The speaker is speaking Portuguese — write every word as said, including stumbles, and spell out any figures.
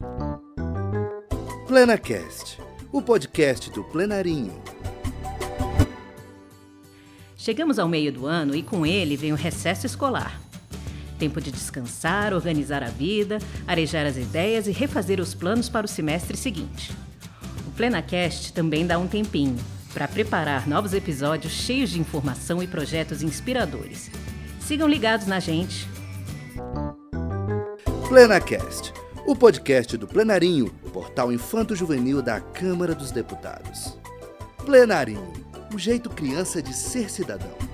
PlenaCast, o podcast do Plenarinho. Chegamos ao meio do ano e com ele vem o recesso escolar. Tempo de descansar, organizar a vida, arejar as ideias e refazer os planos para o semestre seguinte. O PlenaCast também dá um tempinho para preparar novos episódios cheios de informação e projetos inspiradores. Sigam ligados na gente. PlenaCast, o podcast do Plenarinho, portal infanto-juvenil da Câmara dos Deputados. Plenarinho, o jeito criança de ser cidadão.